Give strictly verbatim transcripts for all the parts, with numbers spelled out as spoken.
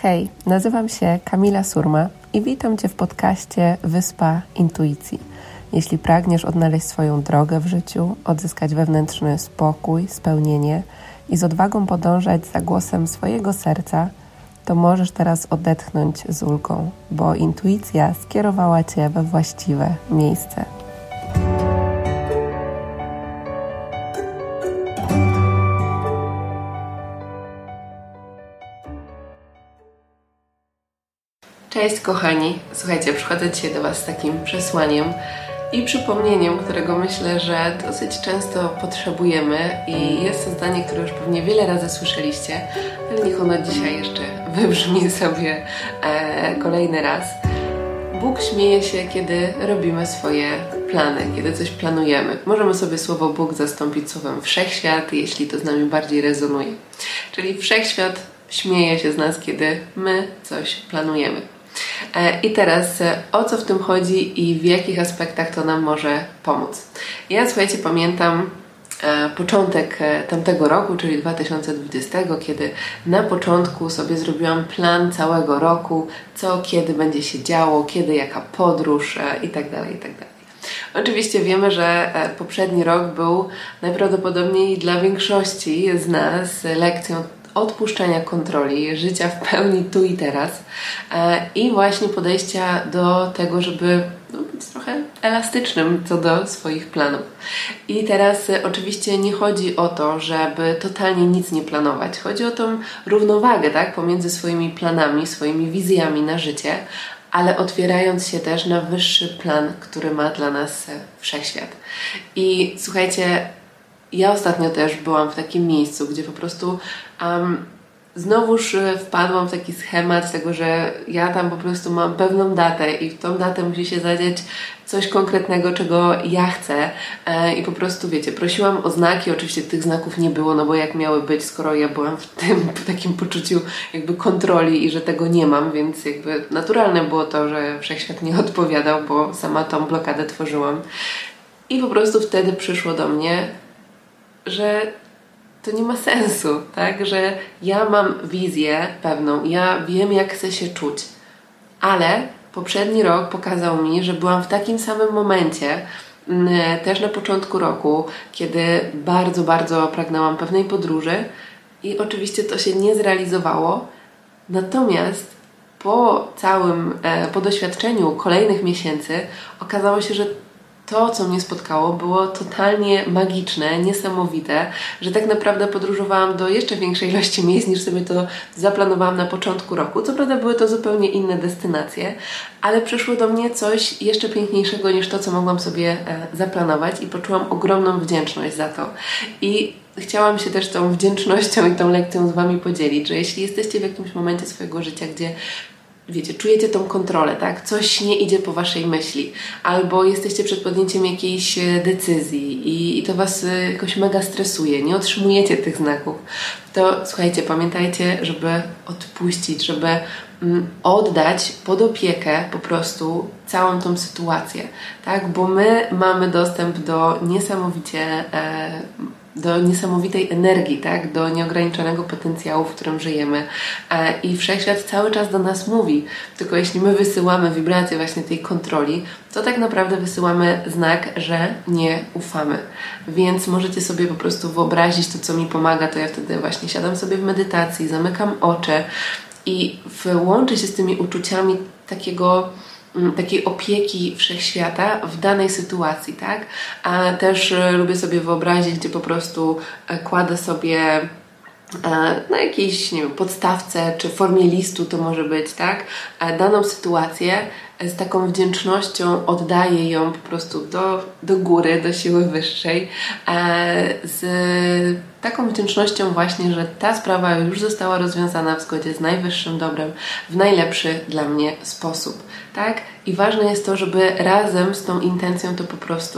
Hej, nazywam się Kamila Surma i witam Cię w podcaście Wyspa Intuicji. Jeśli pragniesz odnaleźć swoją drogę w życiu, odzyskać wewnętrzny spokój, spełnienie i z odwagą podążać za głosem swojego serca, to możesz teraz odetchnąć z ulgą, bo intuicja skierowała Cię we właściwe miejsce. Cześć kochani, słuchajcie, przychodzę dzisiaj do Was z takim przesłaniem i przypomnieniem, którego myślę, że dosyć często potrzebujemy i jest to zdanie, które już pewnie wiele razy słyszeliście, ale niech ono dzisiaj jeszcze wybrzmi sobie e, kolejny raz. Bóg śmieje się, kiedy robimy swoje plany, kiedy coś planujemy. Możemy sobie słowo Bóg zastąpić słowem Wszechświat, jeśli to z nami bardziej rezonuje. Czyli Wszechświat śmieje się z nas, kiedy my coś planujemy. I teraz, o co w tym chodzi i w jakich aspektach to nam może pomóc? Ja, słuchajcie, pamiętam e, początek tamtego roku, czyli dwa tysiące dwudziestego, kiedy na początku sobie zrobiłam plan całego roku, co, kiedy będzie się działo, kiedy, jaka podróż e, i tak dalej, i tak dalej. Oczywiście wiemy, że poprzedni rok był najprawdopodobniej dla większości z nas lekcją odpuszczania kontroli, życia w pełni tu i teraz e, i właśnie podejścia do tego, żeby no, być trochę elastycznym co do swoich planów. I teraz e, oczywiście nie chodzi o to, żeby totalnie nic nie planować. Chodzi o tą równowagę, tak, pomiędzy swoimi planami, swoimi wizjami na życie, ale otwierając się też na wyższy plan, który ma dla nas e, Wszechświat. I słuchajcie, ja ostatnio też byłam w takim miejscu, gdzie po prostu um, znowuż wpadłam w taki schemat tego, że ja tam po prostu mam pewną datę i w tą datę musi się zadziać coś konkretnego, czego ja chcę e, i po prostu, wiecie, prosiłam o znaki, oczywiście tych znaków nie było, no bo jak miały być, skoro ja byłam w tym w takim poczuciu jakby kontroli i że tego nie mam, więc jakby naturalne było to, że Wszechświat nie odpowiadał, bo sama tą blokadę tworzyłam. I po prostu wtedy przyszło do mnie, że to nie ma sensu, tak? Że ja mam wizję pewną, ja wiem, jak chcę się czuć, ale poprzedni rok pokazał mi, że byłam w takim samym momencie, też na początku roku, kiedy bardzo, bardzo pragnęłam pewnej podróży i oczywiście to się nie zrealizowało, natomiast po całym, po doświadczeniu kolejnych miesięcy okazało się, że to, co mnie spotkało, było totalnie magiczne, niesamowite, że tak naprawdę podróżowałam do jeszcze większej ilości miejsc, niż sobie to zaplanowałam na początku roku. Co prawda były to zupełnie inne destynacje, ale przyszło do mnie coś jeszcze piękniejszego niż to, co mogłam sobie e, zaplanować i poczułam ogromną wdzięczność za to. I chciałam się też tą wdzięcznością i tą lekcją z Wami podzielić, że jeśli jesteście w jakimś momencie swojego życia, gdzie wiecie, czujecie tą kontrolę, tak? Coś nie idzie po Waszej myśli. Albo jesteście przed podjęciem jakiejś decyzji i, i to Was jakoś mega stresuje, nie otrzymujecie tych znaków. To słuchajcie, pamiętajcie, żeby odpuścić, żeby mm, oddać pod opiekę po prostu całą tą sytuację, tak? Bo my mamy dostęp do niesamowicie e, do niesamowitej energii, tak? Do nieograniczonego potencjału, w którym żyjemy. E, I Wszechświat cały czas do nas mówi. Tylko jeśli my wysyłamy wibrację właśnie tej kontroli, to tak naprawdę wysyłamy znak, że nie ufamy. Więc możecie sobie po prostu wyobrazić to, co mi pomaga, to ja wtedy właśnie siadam sobie w medytacji, zamykam oczy i łączę się z tymi uczuciami takiego takiej opieki Wszechświata w danej sytuacji, tak? A też e, lubię sobie wyobrazić, gdzie po prostu e, kładę sobie e, na jakiejś, nie wiem, podstawce czy formie listu to może być, tak? E, daną sytuację e, z taką wdzięcznością oddaję ją po prostu do, do góry, do siły wyższej, e, z taką wdzięcznością właśnie, że ta sprawa już została rozwiązana w zgodzie z najwyższym dobrem, w najlepszy dla mnie sposób, tak? I ważne jest to, żeby razem z tą intencją to po prostu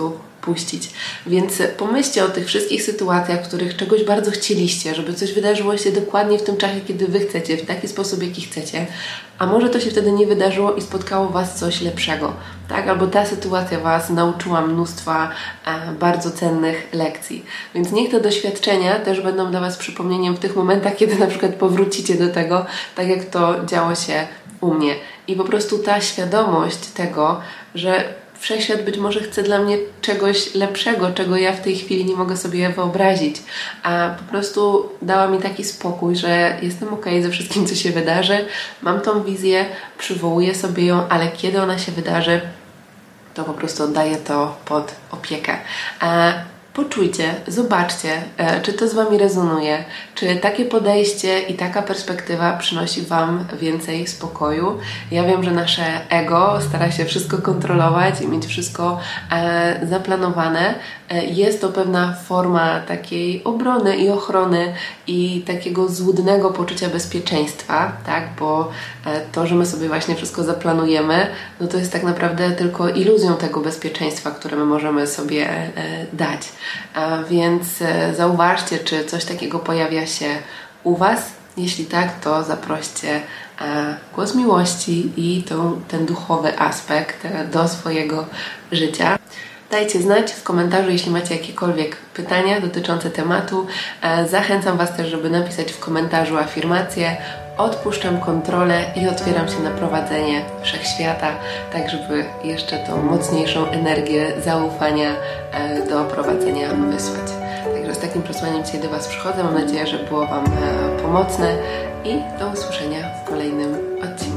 puścić. Więc pomyślcie o tych wszystkich sytuacjach, w których czegoś bardzo chcieliście, żeby coś wydarzyło się dokładnie w tym czasie, kiedy Wy chcecie, w taki sposób, jaki chcecie, a może to się wtedy nie wydarzyło i spotkało Was coś lepszego, tak? Albo ta sytuacja Was nauczyła mnóstwa e, bardzo cennych lekcji. Więc niech te doświadczenia też będą dla Was przypomnieniem w tych momentach, kiedy na przykład powrócicie do tego, tak jak to działo się u mnie. I po prostu ta świadomość tego, że Wszechświat być może chce dla mnie czegoś lepszego, czego ja w tej chwili nie mogę sobie wyobrazić, a po prostu dała mi taki spokój, że jestem okej ze wszystkim, co się wydarzy, mam tą wizję, przywołuję sobie ją, ale kiedy ona się wydarzy, to po prostu oddaję to pod opiekę. A Poczujcie, zobaczcie, e, czy to z Wami rezonuje, czy takie podejście i taka perspektywa przynosi Wam więcej spokoju. Ja wiem, że nasze ego stara się wszystko kontrolować i mieć wszystko e, zaplanowane. E, jest to pewna forma takiej obrony i ochrony i takiego złudnego poczucia bezpieczeństwa, tak? Bo e, to, że my sobie właśnie wszystko zaplanujemy, no to jest tak naprawdę tylko iluzją tego bezpieczeństwa, które my możemy sobie e, dać. A więc zauważcie, czy coś takiego pojawia się u Was. Jeśli tak, to zaproście głos miłości i tą, ten duchowy aspekt do swojego życia. Dajcie znać w komentarzu, jeśli macie jakiekolwiek pytania dotyczące tematu. Zachęcam Was też, żeby napisać w komentarzu afirmację. Odpuszczam kontrolę i otwieram się na prowadzenie Wszechświata, tak żeby jeszcze tą mocniejszą energię zaufania do prowadzenia wysłać. Także z takim przesłaniem dzisiaj do Was przychodzę. Mam nadzieję, że było Wam pomocne i do usłyszenia w kolejnym odcinku.